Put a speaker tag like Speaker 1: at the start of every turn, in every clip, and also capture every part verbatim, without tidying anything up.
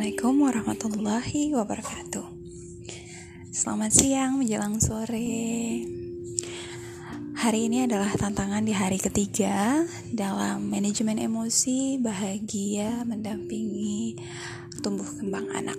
Speaker 1: Assalamualaikum warahmatullahi wabarakatuh. Selamat siang menjelang sore. Hari ini adalah tantangan di hari ketiga dalam manajemen emosi bahagia mendampingi tumbuh kembang anak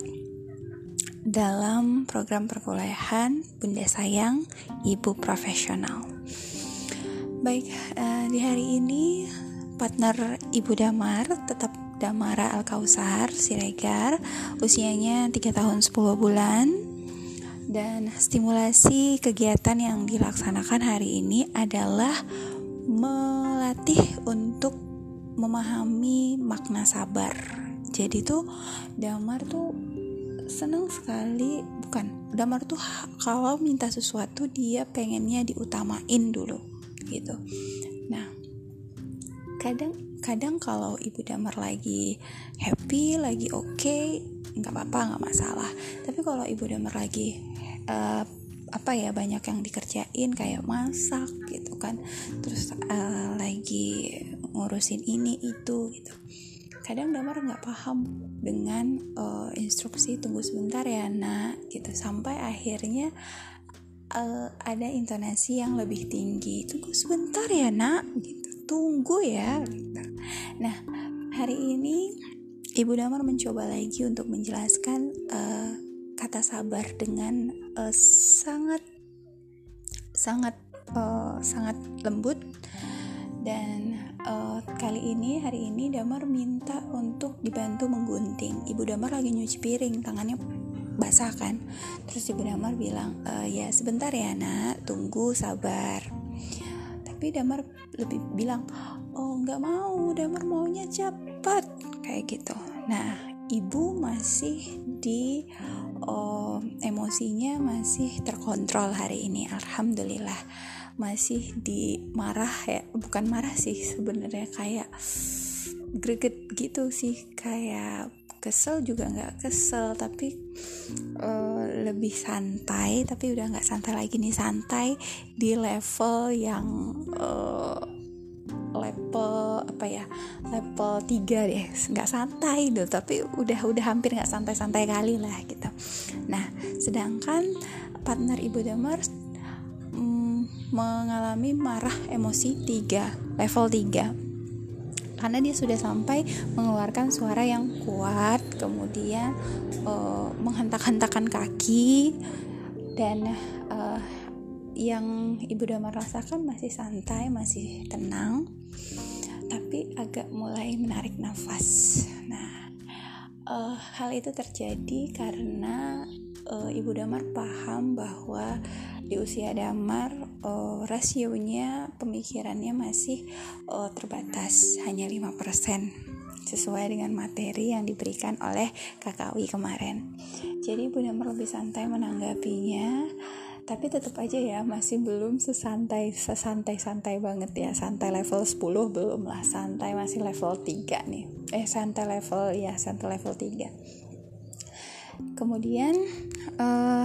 Speaker 1: dalam program perkuliahan Bunda Sayang Ibu Profesional. Baik, uh, di hari ini partner Ibu Damar tetap Damara Al-Kausar Siregar, usianya tiga tahun sepuluh bulan, dan stimulasi kegiatan yang dilaksanakan hari ini adalah melatih untuk memahami makna sabar. Jadi tuh Damar tuh senang sekali, bukan, Damar tuh kalau minta sesuatu dia pengennya diutamain dulu gitu. Nah, kadang Kadang kalau Ibu Damar lagi happy, lagi oke, okay, nggak apa-apa, nggak masalah. Tapi kalau Ibu Damar lagi uh, apa ya banyak yang dikerjain kayak masak gitu kan, terus uh, lagi ngurusin ini itu gitu. Kadang Damar nggak paham dengan uh, instruksi tunggu sebentar ya nak gitu, sampai akhirnya uh, ada intonasi yang lebih tinggi, tunggu sebentar ya nak gitu. Tunggu ya gitu. Nah, hari ini Ibu Damar mencoba lagi untuk menjelaskan uh, kata sabar dengan uh, sangat sangat uh, sangat lembut. Dan uh, kali ini hari ini Damar minta untuk dibantu menggunting. Ibu Damar lagi nyuci piring, tangannya basah kan. Terus Ibu Damar bilang, e, ya sebentar ya nak, tunggu, sabar. Tapi Damar lebih bilang, oh nggak mau, Damar maunya cepat kayak gitu. Nah, ibu masih di oh, emosinya masih terkontrol hari ini, alhamdulillah. Masih di marah ya, bukan marah sih sebenarnya, kayak greget gitu sih, kayak kesel juga nggak kesel, tapi uh, lebih santai, tapi udah nggak santai lagi nih, santai di level yang uh, level apa ya, level tiga deh, nggak santai deh, tapi udah udah hampir nggak santai-santai kali lah gitu. Nah, sedangkan partner Ibu Damar mm, mengalami marah emosi tiga, level tiga. Karena dia sudah sampai mengeluarkan suara yang kuat, kemudian uh, menghentak-hentakan kaki, dan uh, yang Ibu Damar rasakan masih santai, masih tenang, tapi agak mulai menarik nafas. Nah, uh, hal itu terjadi karena uh, Ibu Damar paham bahwa di usia Damar uh, rasionya pemikirannya masih uh, terbatas, hanya lima persen sesuai dengan materi yang diberikan oleh K K W I kemarin. Jadi Ibu Damar lebih santai menanggapinya, tapi tetap aja ya masih belum sesantai sesantai-santai banget ya. Santai level sepuluh belum lah, santai masih level tiga nih. Eh santai level ya, santai level tiga. Kemudian uh,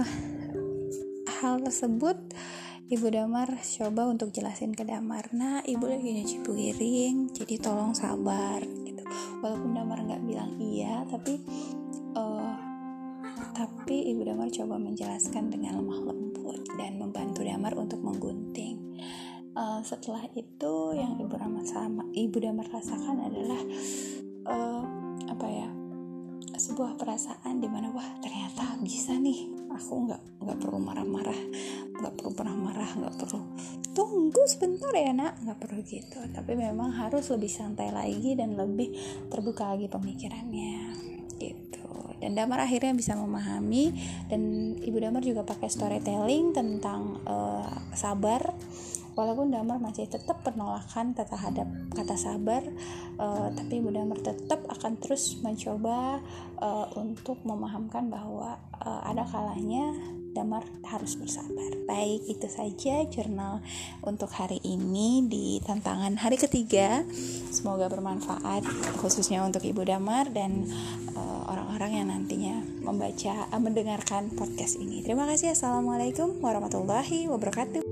Speaker 1: hal tersebut Ibu Damar coba untuk jelasin ke Damar, nah ibu lagi nyuci piring, jadi tolong sabar gitu. Walaupun Damar nggak bilang iya, tapi uh, tapi Ibu Damar coba menjelaskan dengan lemah lembut dan membantu Damar untuk menggunting. Uh, setelah itu yang Ibu Damar sama Ibu Damar rasakan adalah uh, apa ya? sebuah perasaan di mana wah ternyata bisa nih, aku nggak nggak perlu marah-marah, nggak perlu pernah marah, nggak perlu tunggu sebentar ya nak, nggak perlu gitu. Tapi memang harus lebih santai lagi dan lebih terbuka lagi pemikirannya gitu. Dan Damar akhirnya bisa memahami, dan Ibu Damar juga pakai storytelling tentang uh, sabar. Walaupun Damar masih tetap penolakan terhadap kata sabar, uh, tapi Ibu Damar tetap akan terus mencoba uh, untuk memahamkan bahwa uh, ada kalanya Damar harus bersabar. Baik, itu saja jurnal untuk hari ini di tantangan hari ketiga. Semoga bermanfaat khususnya untuk Ibu Damar dan uh, orang-orang yang nantinya membaca, uh, mendengarkan podcast ini. Terima kasih. Assalamualaikum warahmatullahi wabarakatuh.